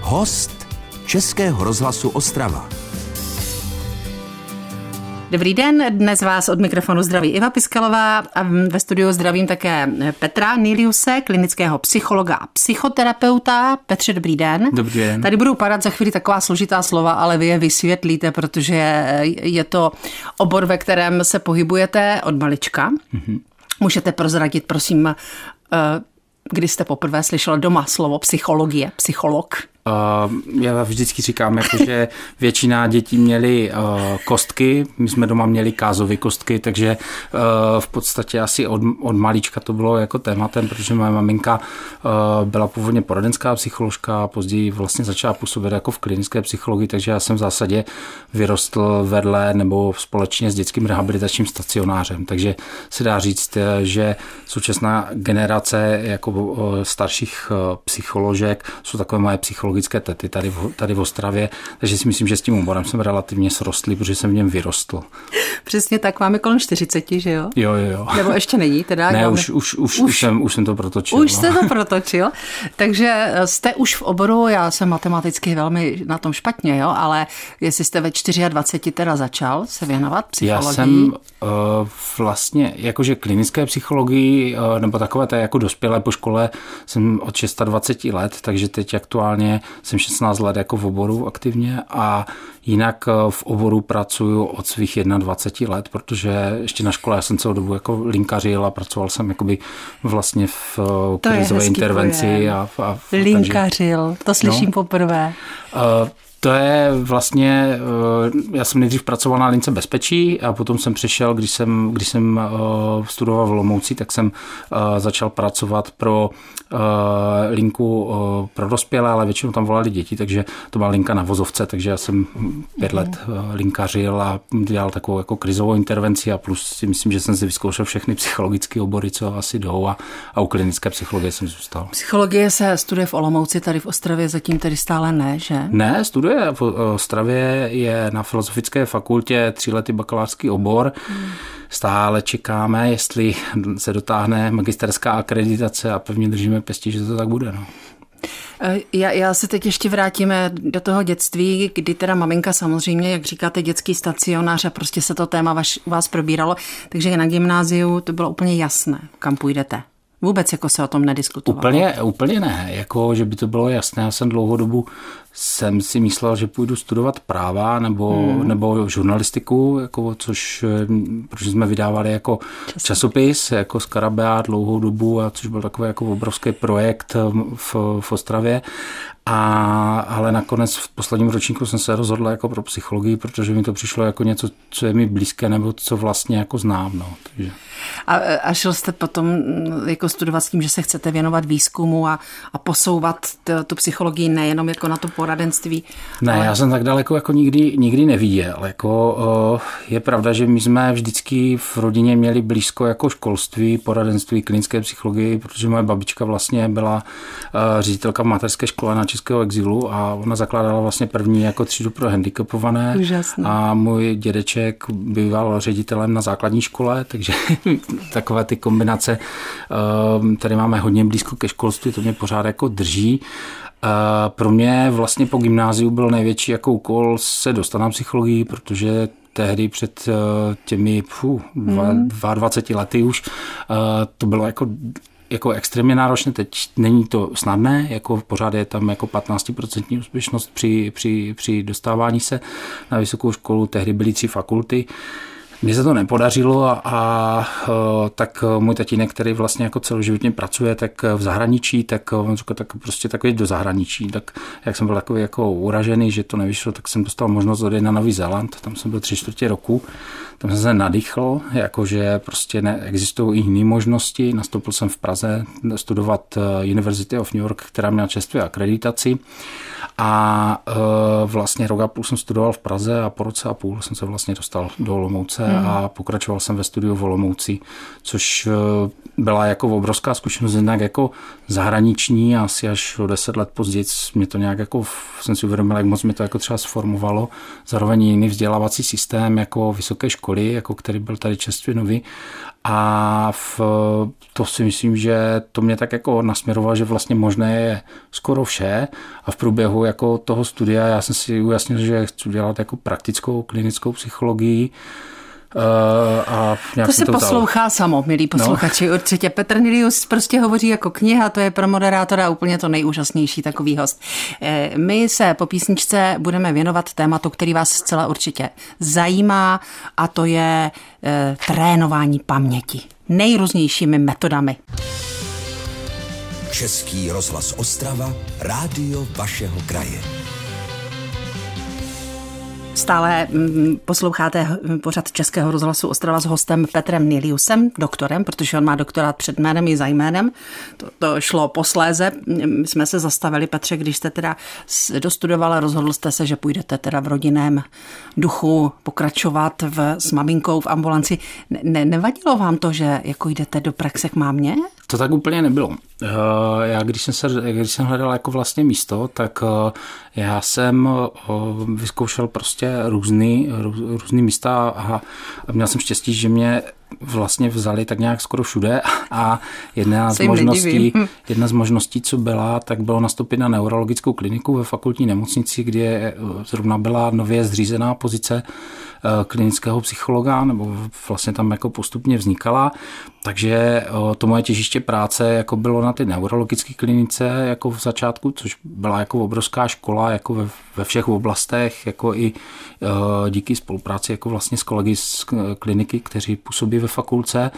Host Českého rozhlasu Ostrava. Dobrý den, dnes vás od mikrofonu zdraví Iva Piskalová a ve studiu zdravím také Petra Niliuse, klinického psychologa a psychoterapeuta. Petře, dobrý den. Dobrý den. Tady budou padat za chvíli taková složitá slova, ale vy je vysvětlíte, protože je to obor, ve kterém se pohybujete od malička. Mm-hmm. Můžete prozradit, prosím, kdy jste poprvé slyšel doma slovo psychologie, psycholog? Já vždycky říkám, že většina dětí měly kostky, my jsme doma měli kázovy kostky, takže v podstatě asi od malička to bylo jako tématem, protože moje maminka byla původně poradenská psycholožka a později vlastně začala působit jako v klinické psychologii, takže já jsem v zásadě vyrostl vedle nebo společně s dětským rehabilitačním stacionářem, takže se dá říct, že současná generace jako starších psycholožek jsou takové moje psychologické tety tady v Ostravě, takže si myslím, že s tím oborem jsem relativně srostlý, protože jsem v něm vyrostl. Přesně tak, máme kolem 40, že jo? Jo. Nebo ještě není teda? Ne, už jsem to protočil. Už jste to protočil, takže jste už v oboru, já jsem matematicky velmi na tom špatně, jo, ale jestli jste ve 24 teda začal se věnovat psychologii? Já jsem vlastně jakože klinické psychologii nebo takové té jako dospělé po škole jsem od 26 let, takže teď aktuálně jsem 16 let jako v oboru aktivně a jinak v oboru pracuju od svých 21 let, protože ještě na škole já jsem celou dobu jako linkařil a pracoval jsem jakoby vlastně v krizové intervenci. Linkařil, to slyším poprvé. To je vlastně, já jsem nejdřív pracoval na lince bezpečí a potom jsem přešel, když jsem studoval v Olomouci, tak jsem začal pracovat pro linku pro dospělé, ale většinou tam volali děti, takže to byla linka na vozovce, takže já jsem 5 let linkařil a dělal takovou jako krizovou intervenci a plus si myslím, že jsem si vyzkoušel všechny psychologické obory, co asi jdou a u klinické psychologie jsem zůstal. Psychologie se studuje v Olomouci, tady v Ostravě zatím tedy stále ne, že? Ne, v Ostravě je na Filozofické fakultě 3letý bakalářský obor. Stále čekáme, jestli se dotáhne magisterská akreditace a pevně držíme pěstí, že to tak bude. No. Já se teď ještě vrátíme do toho dětství, kdy teda maminka samozřejmě, jak říkáte, dětský stacionář a prostě se to téma u vás probíralo, takže na gymnáziu to bylo úplně jasné, kam půjdete. Vůbec jako se o tom nediskutovalo. Úplně ne, jako že by to bylo jasné. Já jsem dlouhou dobu jsem si myslel, že půjdu studovat práva nebo žurnalistiku, jako, protože jsme vydávali jako časopis, jako Skarabea dlouhou dobu, a což byl takový jako obrovský projekt v Ostravě. Ale nakonec v posledním ročníku jsem se rozhodl jako pro psychologii, protože mi to přišlo jako něco, co je mi blízké nebo co vlastně jako znám. No, takže. A šel jste potom jako studovat s tím, že se chcete věnovat výzkumu a posouvat tu psychologii nejenom jako na to poradenství? Ne, já jsem tak daleko jako nikdy neviděl. Jako, je pravda, že my jsme vždycky v rodině měli blízko jako školství, poradenství, klinické psychologii, protože moje babička vlastně byla ředitelka v mateřské škole na Českého exilu a ona zakládala vlastně první jako třídu pro handicapované. Úžasný. A můj dědeček býval ředitelem na základní škole, takže takové ty kombinace, tady máme hodně blízko ke školství, to mě pořád jako drží. Pro mě vlastně po gymnáziu byl největší jako úkol se dostat na psychologii, protože tehdy před těmi 22 lety už to bylo jako extrémně náročné, teď není to snadné, jako pořád je tam jako 15% úspěšnost při dostávání se na vysokou školu, tehdy byly 3 fakulty. Mně se to nepodařilo a tak můj tatínek, který vlastně jako celoživotně pracuje tak v zahraničí, tak on řekl, tak prostě takový do zahraničí. Tak jak jsem byl takový jako uražený, že to nevyšlo, tak jsem dostal možnost odejít na Nový Zéland. Tam jsem byl 3/4 roku. Tam jsem se nadýchl, jakože prostě neexistují i jiné možnosti. Nastoupil jsem v Praze studovat University of New York, která měla čerstvou akreditaci. A vlastně rok a půl jsem studoval v Praze a po roce a půl jsem se vlastně dostal do Olomouce a pokračoval jsem ve studiu v Olomouci, což byla jako obrovská zkušenost, jednak jako zahraniční, asi až o 10 let později mě to nějak jako, jsem si uvědomil, jak moc mě to jako třeba sformovalo. Zároveň jiný vzdělávací systém jako vysoké školy, jako který byl tady čerstvě nový. a to si myslím, že to mě tak jako nasměrovalo, že vlastně možné je skoro vše a v průběhu jako toho studia já jsem si ujasnil, že chci dělat jako praktickou klinickou psychologii. A to se poslouchá samo, milí posluchači, no. Určitě. Petr Nilius prostě hovoří jako kniha, to je pro moderátora úplně to nejúžasnější takový host. My se po písničce budeme věnovat tématu, který vás zcela určitě zajímá, a to je trénování paměti nejrůznějšími metodami. Český rozhlas Ostrava, rádio vašeho kraje. Stále posloucháte pořad Českého rozhlasu Ostrava s hostem Petrem Niliusem, doktorem, protože on má doktorát před jménem i za jménem. To šlo posléze. My jsme se zastavili, Petře, když jste teda dostudovala, rozhodl jste se, že půjdete teda v rodinném duchu pokračovat s maminkou v ambulanci. Nevadilo vám to, že jako jdete do praxe k mámě? To tak úplně nebylo. Já když jsem hledal jako vlastně místo, tak já jsem vyzkoušel prostě různý místa a měl jsem štěstí, že mě vlastně vzali tak nějak skoro všude a jedna z možností, co byla, tak bylo nastoupit na neurologickou kliniku ve fakultní nemocnici, kde zrovna byla nově zřízená pozice klinického psychologa, nebo vlastně tam jako postupně vznikala. Takže to moje těžiště práce jako bylo na ty neurologické klinice jako v začátku, což byla jako obrovská škola jako ve všech oblastech, jako i díky spolupráci jako vlastně s kolegy z kliniky, kteří působí ve fakultce.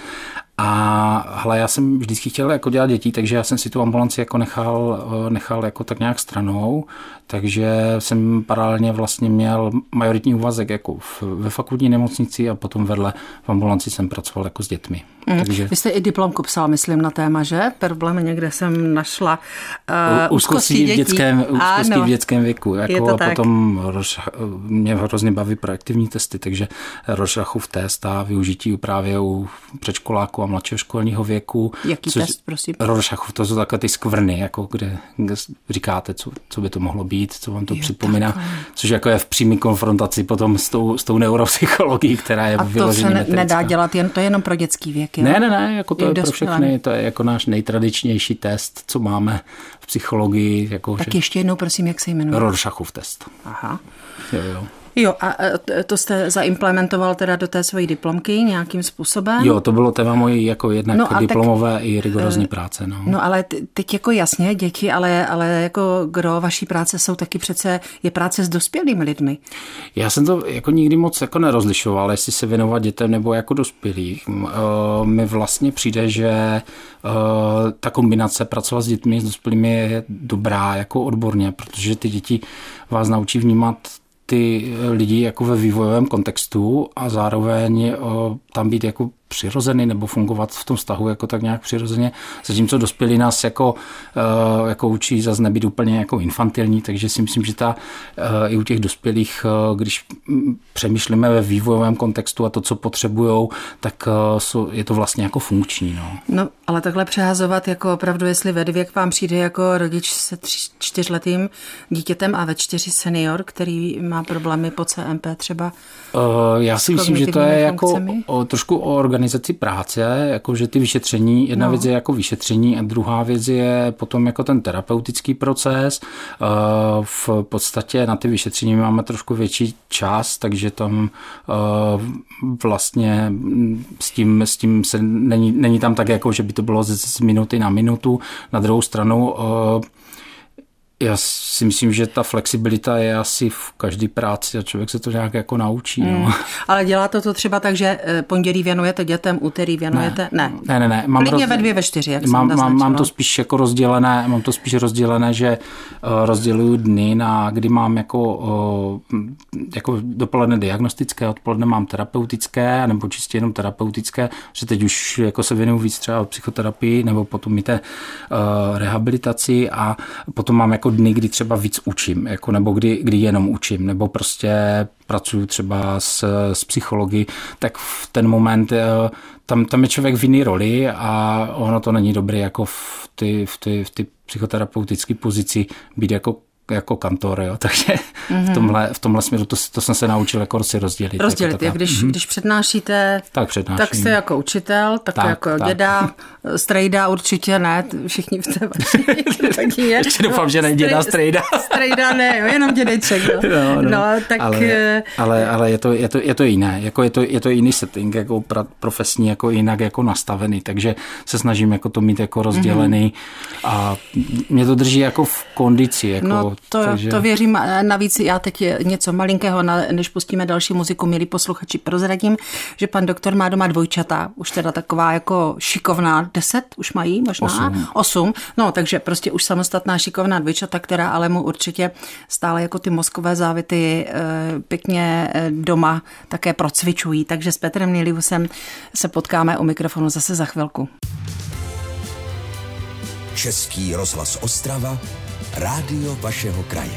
A já jsem vždycky chtěl jako dělat děti, takže já jsem si tu ambulanci jako nechal jako tak nějak stranou, takže jsem paralelně vlastně měl majoritní úvazek jako ve fakultní nemocnici a potom vedle v ambulanci jsem pracoval jako s dětmi. Takže... Vy jste i diplomku psal, myslím, na téma, že? Problém někde jsem našla úzkosti dětí. Úzkosti v dětském věku. Jako a potom mě hrozně baví projektivní testy, takže Rorschachův test a využití právě u předškoláků a mladšího školního věku. Jaký test, prosím? Rorschachův, to jsou takové ty skvrny, jako kde říkáte, co by to mohlo být, co vám to připomíná, což jako je v přímé konfrontaci potom s tou neuropsychologií, která je vyloženě metodická. A to se nedá dělat, to je jenom pro dětský věk, jo? Ne, jako to je pro všechny, to je jako náš nejtradičnější test, co máme v psychologii. Jako, tak ještě jednou, prosím, jak se jmenuje? Rorschachův test. Aha. Jo. Jo, a to jste zaimplementoval teda do té své diplomky nějakým způsobem? Jo, to bylo téma mojí jako jednak diplomové i rigorózní práce. No ale teď jako jasně děti, ale jako gro vaší práce jsou taky přece, je práce s dospělými lidmi. Já jsem to jako nikdy moc jako nerozlišoval, jestli se věnovat dětem nebo jako dospělých. Mi vlastně přijde, že ta kombinace pracovat s dětmi, s dospělými je dobrá jako odborně, protože ty děti vás naučí vnímat ty lidi jako ve vývojovém kontextu a zároveň tam být jako přirozený nebo fungovat v tom vztahu jako tak nějak přirozeně. Zatímco dospělí nás jako učí zase nebýt úplně jako infantilní, takže si myslím, že i u těch dospělých, když přemýšlíme ve vývojovém kontextu a to, co potřebujou, tak je to vlastně jako funkční. No, ale takhle přehazovat jako opravdu, jestli ve 2 k vám přijde jako rodič se 4letým dítětem a ve 4 senior, který má problémy po CMP třeba. Já si myslím, že to je jako trošku o organizaci práce, jako že ty vyšetření, jedna věc je jako vyšetření a druhá věc je potom jako ten terapeutický proces. V podstatě na ty vyšetření máme trošku větší čas, takže tam vlastně s tím se není tam tak, jako že by to bylo z minuty na minutu. Na druhou stranu já si myslím, že ta flexibilita je asi v každé práci a člověk se to nějak jako naučí. Ale dělá to třeba tak, že pondělí věnujete dětem, úterý věnujete? Ne. Klidně ve 2, ve 4, jak jsem naznačila. Mám to spíš jako rozdělené, že rozděluju dny, kdy mám jako dopoledne diagnostické, odpoledne mám terapeutické, nebo čistě jenom terapeutické, že teď už jako se věnuju víc třeba psychoterapii, nebo potom i té rehabilitaci a potom mám jako dny, kdy třeba víc učím, jako, nebo kdy jenom učím, nebo prostě pracuju třeba s psychologi, tak v ten moment tam je člověk v jiný roli a ono to není dobré jako v ty psychoterapeutické pozici být jako jako kantor, jo, takže v tomhle směru to jsem se naučil jako si rozdělit. Rozdělit, jako když přednášíte, tak jste jako učitel, tak jako děda, strejda určitě ne, všichni v té vaší rodině. Ještě doufám, že ne děda, strejda. Strejda ne, jo, jenom dědeček. No, tak... Ale je to jiné, jako je to jiný setting, jako profesní, jako jinak jako nastavený, takže se snažím jako to mít jako rozdělený a mě to drží jako v kondici. Jako, no to věřím, navíc já teď něco malinkého, než pustíme další muziku, milí posluchači, prozradím, že pan doktor má doma dvojčata, už teda taková jako šikovná, 10 už mají možná? 8. No, takže prostě už samostatná šikovná dvojčata, která ale mu určitě stále jako ty mozkové závity pěkně doma také procvičují. Takže s Petrem Niliusem se potkáme u mikrofonu zase za chvilku. Český rozhlas Ostrava, rádio vašeho kraje.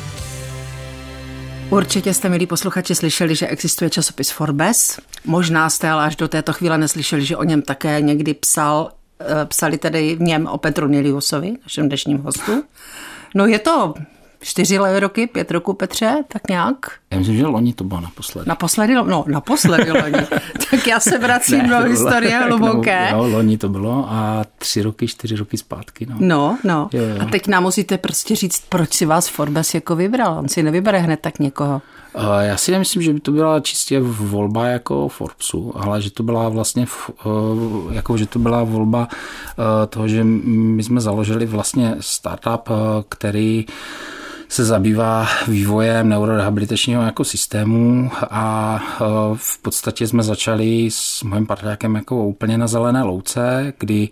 Určitě jste, milí posluchači, slyšeli, že existuje časopis Forbes. Možná jste ale až do této chvíle neslyšeli, že o něm také někdy psali tedy v něm o Petru Niliusovi, našem dnešním hostu. No je to 4 roky, 5 roků, Petře, tak nějak? Já myslím, že loni to bylo naposledy. Naposledy loni. Tak já se vracím do historie hluboké. Jo, loni to bylo a 4 roky zpátky. No. Jo. A teď nám musíte prostě říct, proč si vás Forbes jako vybral. On si nevybere hned tak někoho. Já si nemyslím, že by to byla čistě volba jako Forbesu, ale že to byla vlastně jako, že to byla volba toho, že my jsme založili vlastně startup, který se zabývá vývojem neurorehabilitačního jako systému a v podstatě jsme začali s mojím partnerem jako úplně na zelené louce, kdy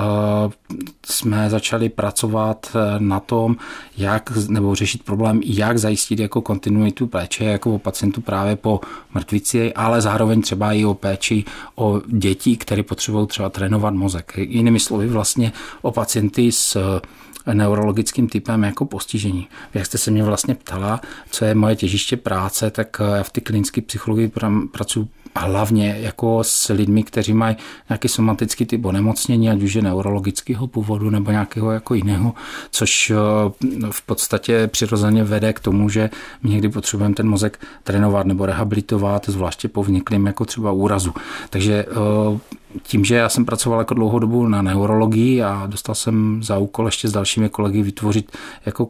jsme začali pracovat na tom, nebo řešit problém, jak zajistit jako kontinuitu péče jako o pacientu právě po mrtvici, ale zároveň třeba i o péči o děti, které potřebují třeba trénovat mozek. Jinými slovy vlastně o pacienty s neurologickým typem jako postižení. Jak jste se mě vlastně ptala, co je moje těžiště práce, tak já v té klinické psychologii pracuji hlavně jako s lidmi, kteří mají nějaký somatický typ onemocnění, ať už je neurologického původu nebo nějakého jako jiného, což v podstatě přirozeně vede k tomu, že my někdy potřebujeme ten mozek trénovat nebo rehabilitovat, zvláště po vzniklým jako třeba úrazu. Takže tím, že já jsem pracoval jako dlouhou dobu na neurologii a dostal jsem za úkol ještě s dalšími kolegy vytvořit jako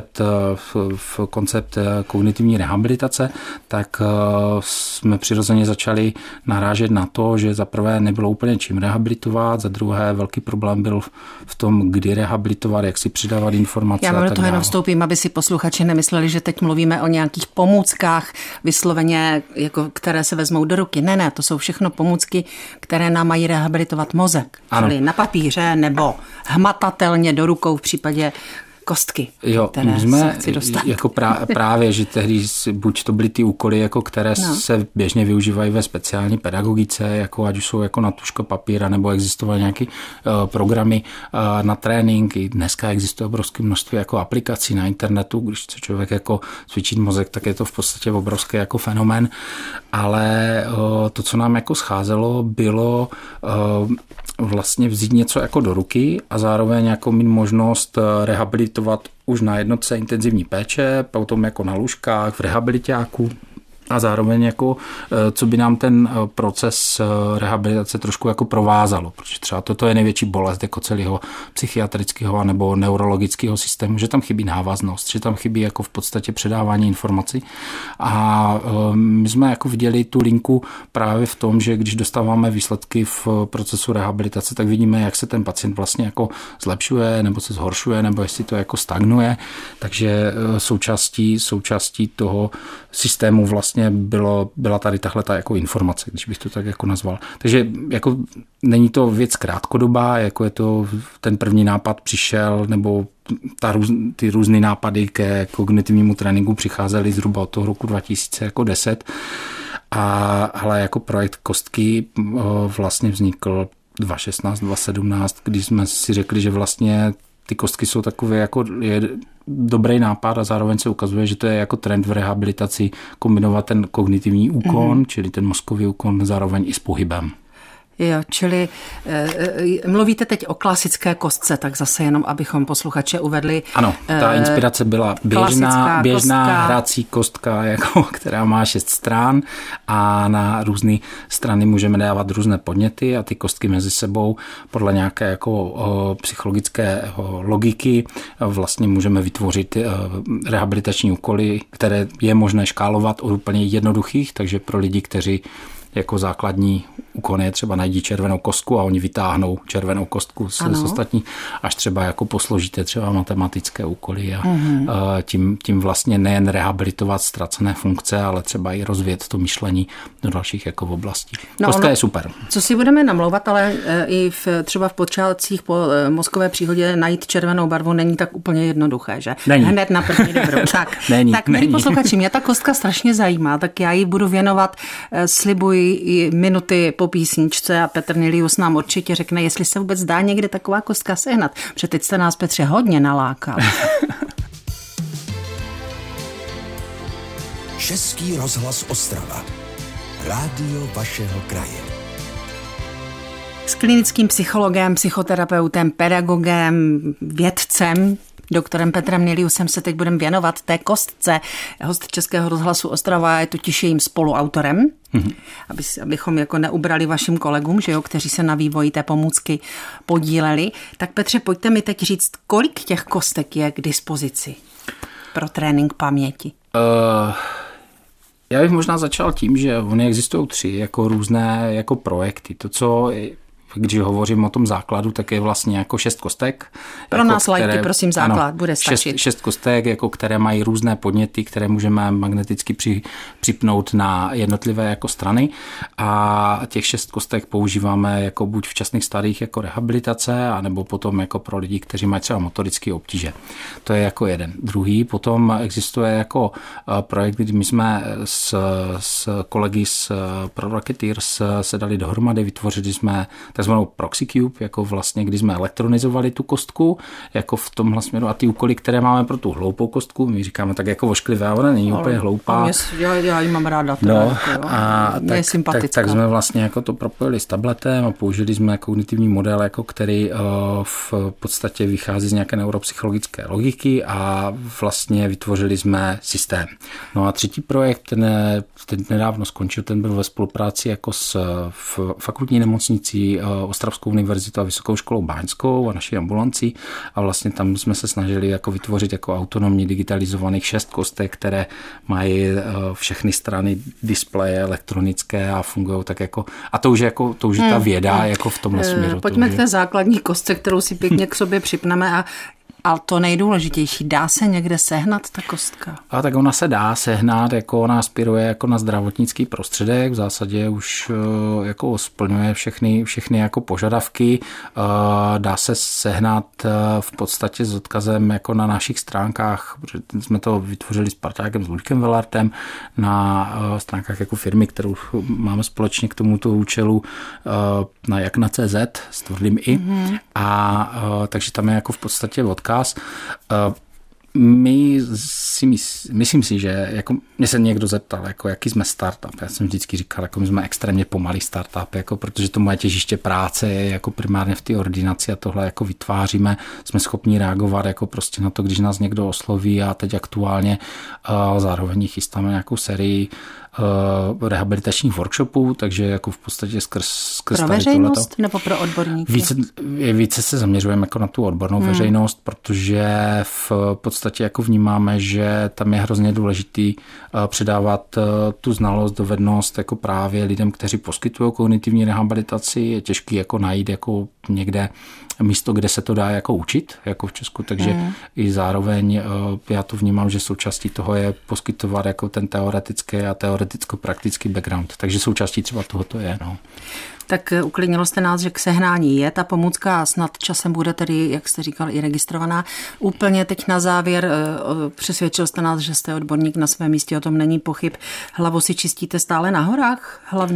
koncept kognitivní rehabilitace, tak jsme přirozeně začali narážet na to, že za prvé nebylo úplně čím rehabilitovat, za druhé velký problém byl v tom, kdy rehabilitovat, jak si přidávat informace. Já do toho jenom vstoupím, aby si posluchači nemysleli, že teď mluvíme o nějakých pomůckách vysloveně, jako, které se vezmou do ruky. Ne, to jsou všechno pomůcky, které nám mají rehabilitovat mozek. Ano. Čili na papíře nebo hmatatelně do rukou v případě kostky, které se chci dostat. Jako právě, že tehdy buď to byly ty úkoly, jako které se běžně využívají ve speciální pedagogice, jako ať už jsou jako na tužko papíra, nebo existovaly nějaké programy na trénink. I dneska existuje obrovské množství jako aplikací na internetu, když chce člověk jako cvičit mozek, tak je to v podstatě obrovský jako fenomén. Ale to, co nám jako scházelo, bylo vlastně vzít něco jako do ruky a zároveň jako mít možnost rehabilitovat už na jednotce intenzivní péče, potom jako na lůžkách, v rehabiliťáku a zároveň jako, co by nám ten proces rehabilitace trošku jako provázalo, protože třeba toto je největší bolest jako celého psychiatrického nebo neurologického systému, že tam chybí návaznost, že tam chybí jako v podstatě předávání informací a my jsme jako viděli tu linku právě v tom, že když dostáváme výsledky v procesu rehabilitace, tak vidíme, jak se ten pacient vlastně jako zlepšuje nebo se zhoršuje, nebo jestli to jako stagnuje, takže součástí toho systému vlastně byla tady tahle jako informace, když bych to tak jako nazval. Takže jako není to věc krátkodobá, jako je to ten první nápad přišel, nebo ty různé nápady ke kognitivnímu tréninku přicházely zhruba od toho roku 2010, ale jako projekt Kostky vlastně vznikl 2016, 2017, když jsme si řekli, že vlastně ty kostky jsou takové jako dobrý nápad a zároveň se ukazuje, že to je jako trend v rehabilitaci kombinovat ten kognitivní úkon, čili ten mozkový úkon zároveň i s pohybem. Jo, čili mluvíte teď o klasické kostce, tak zase jenom, abychom posluchače uvedli. Ano, ta inspirace byla běžná hrací kostka, jako, která má 6 stran a na různé strany můžeme dávat různé podněty a ty kostky mezi sebou podle nějaké jako psychologické logiky vlastně můžeme vytvořit rehabilitační úkoly, které je možné škálovat od úplně jednoduchých, takže pro lidi, kteří jako základní úkon je třeba najdi červenou kostku a oni vytáhnou červenou kostku z ostatní, až třeba jako posložíte třeba matematické úkoly a tím vlastně nejen rehabilitovat ztracené funkce, ale třeba i rozvíjet to myšlení do dalších jako oblastí. Kostka je super. Co si budeme namlouvat, ale i třeba v počátcích po mozkové příhodě najít červenou barvu není tak úplně jednoduché, že? Není. Hned na první dobrou. Tak, milí posluchači, mě ta kostka strašně zajímá, tak já ji budu věnovat, slibuji, i minuty po písničce a Petr Nilius nám určitě řekne, jestli se vůbec dá někde taková kostka sehnat. Protože teď jste nás, Petře, hodně nalákal. Český rozhlas Ostrava. Rádio vašeho kraje. S klinickým psychologem, psychoterapeutem, pedagogem, vědcem, doktorem Petrem Niliusem se teď budeme věnovat té kostce. Host Českého rozhlasu Ostrava je totiž jejím spoluautorem, abychom jako neubrali vašim kolegům, že jo, kteří se na vývoji té pomůcky podíleli. Tak Petře, pojďte mi teď říct, kolik těch kostek je k dispozici pro trénink paměti? Já bych možná začal tím, že oni existují 3 jako různé jako projekty. To, co když hovořím o tom základu, tak je vlastně jako 6 kostek. Pro jako nás lajky, prosím, základ, bude stačit. 6 kostek, jako které mají různé podněty, které můžeme magneticky připnout na jednotlivé jako strany a těch 6 kostek používáme jako buď v časných stadiích jako rehabilitace, anebo potom jako pro lidi, kteří mají třeba motorické obtíže. To je jako jeden. Druhý, potom existuje jako projekt, kdy my jsme s kolegy z Pro Rocketeers se dali dohromady, vytvořili jsme takzvanou Proxy Cube, jako vlastně, když jsme elektronizovali tu kostku, jako v tomhle směru a ty úkoly, které máme pro tu hloupou kostku, my říkáme tak jako ošklivá, ona není úplně hloupá. Já ji mám ráda. Tak jsme vlastně jako to propojili s tabletem a použili jsme kognitivní model, jako který v podstatě vychází z nějaké neuropsychologické logiky a vlastně vytvořili jsme systém. No a třetí projekt, ten nedávno skončil, ten byl ve spolupráci jako s fakultní nemocnicí, Ostravskou univerzitou a Vysokou školou báňskou a naší ambulancí a vlastně tam jsme se snažili jako vytvořit jako autonomní digitalizovaných 6 kostek, které mají všechny strany displeje elektronické a fungují tak jako a to už je ta věda jako v tomhle směru. Pojďme k té základní kostce, kterou si pěkně k sobě připneme a to nejdůležitější, dá se někde sehnat ta kostka? A tak ona se dá sehnat, jako ona aspiruje jako na zdravotnický prostředek, v zásadě už jako splňuje všechny jako požadavky, dá se sehnat v podstatě s odkazem jako na našich stránkách, protože jsme to vytvořili s parťákem, s Luďkem Velartem, na stránkách jako firmy, kterou máme společně k tomuto účelu, jak na CZ s tvrdým i, a takže tam je jako v podstatě odkaz. Myslím si, že jako mě se někdo zeptal, jako jaký jsme startup. Já jsem vždycky říkal, jako my jsme extrémně pomalý startup, jako protože to moje těžiště práce je jako primárně v té ordinaci a tohle jako vytváříme. Jsme schopni reagovat jako prostě na to, když nás někdo osloví a teď aktuálně zároveň chystáme nějakou sérii rehabilitačních workshopů, takže jako v podstatě skrz pro veřejnost nebo pro odborníky? Více se zaměřujeme jako na tu odbornou veřejnost, protože v podstatě jako vnímáme, že tam je hrozně důležitý předávat tu znalost, dovednost jako právě lidem, kteří poskytují kognitivní rehabilitaci. Je těžký jako najít jako někde místo, kde se to dá jako učit, jako v Česku, takže i zároveň já to vnímám, že součástí toho je poskytovat jako ten teoretický a teoreticko-praktický background, takže součástí třeba tohoto je. No. Tak uklidnilo jste nás, že k sehnání je ta pomůcka, snad časem bude tedy, jak jste říkal, i registrovaná. Úplně teď na závěr přesvědčil jste nás, že jste odborník na svém místě, o tom není pochyb. Hlavu si čistíte stále na horách hlavně?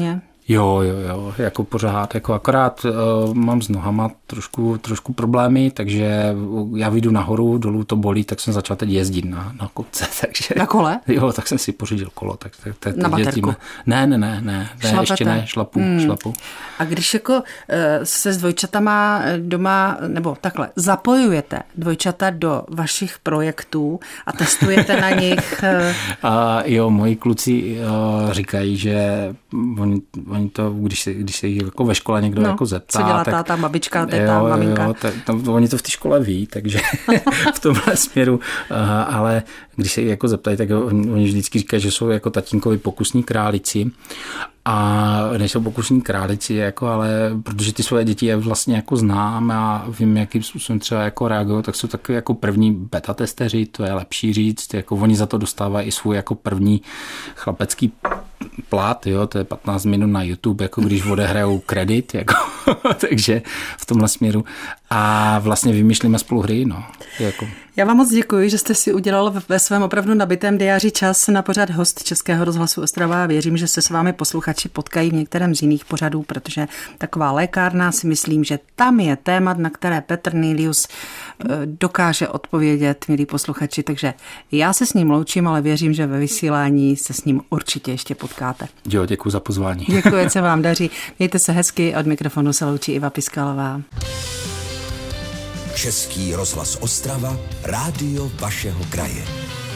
Jo, jako pořád, jako akorát mám s nohama trošku problémy, takže já vyjdu nahoru, dolů to bolí, tak jsem začal teď jezdit na kopce. Takže, na kole? Jo, tak jsem si pořídil kolo. Na baterku? Ne, ještě ne, šlapu. A když jako se s dvojčatama doma, nebo takhle, zapojujete dvojčata do vašich projektů a testujete na nich? Jo, moji kluci říkají, že oni to, když se jich jako ve škole někdo jako zeptá. Co dělá táta, babička, teta, maminka? Oni to v té škole ví, takže v tomhle směru, ale když se jich jako zeptají, tak oni vždycky říkají, že jsou jako tatínkovi pokusní králíci. A nejsou pokusní králíci, jako, ale protože ty svoje děti je vlastně jako znám a vím, jakým způsobem třeba jako reagují, tak jsou takový jako první beta testeři, to je lepší říct, jako oni za to dostávají i svůj jako první chlapecký plat, jo, to je 15 minut na YouTube, jako když odehrajou kredit, jako, takže v tomhle směru. A vlastně vymýšlíme spolu hry, no. Jako. Já vám moc děkuji, že jste si udělal ve svém opravdu nabitém diáři čas na pořad Host Českého rozhlasu Ostrava a věřím, že se s vámi posluchači potkají v některém z jiných pořadů, protože taková lékárna si myslím, že tam je témat, na které Petr Nýlius dokáže odpovědět, milí posluchači, takže já se s ním loučím, ale věřím, že ve vysílání se s ním určitě ještě potkáte. Jo, děkuji za pozvání. Děkuji, se vám daří. Mějte se hezky, od mikrofonu se loučí Iva Piskalová. Český rozhlas Ostrava, rádio vašeho kraje.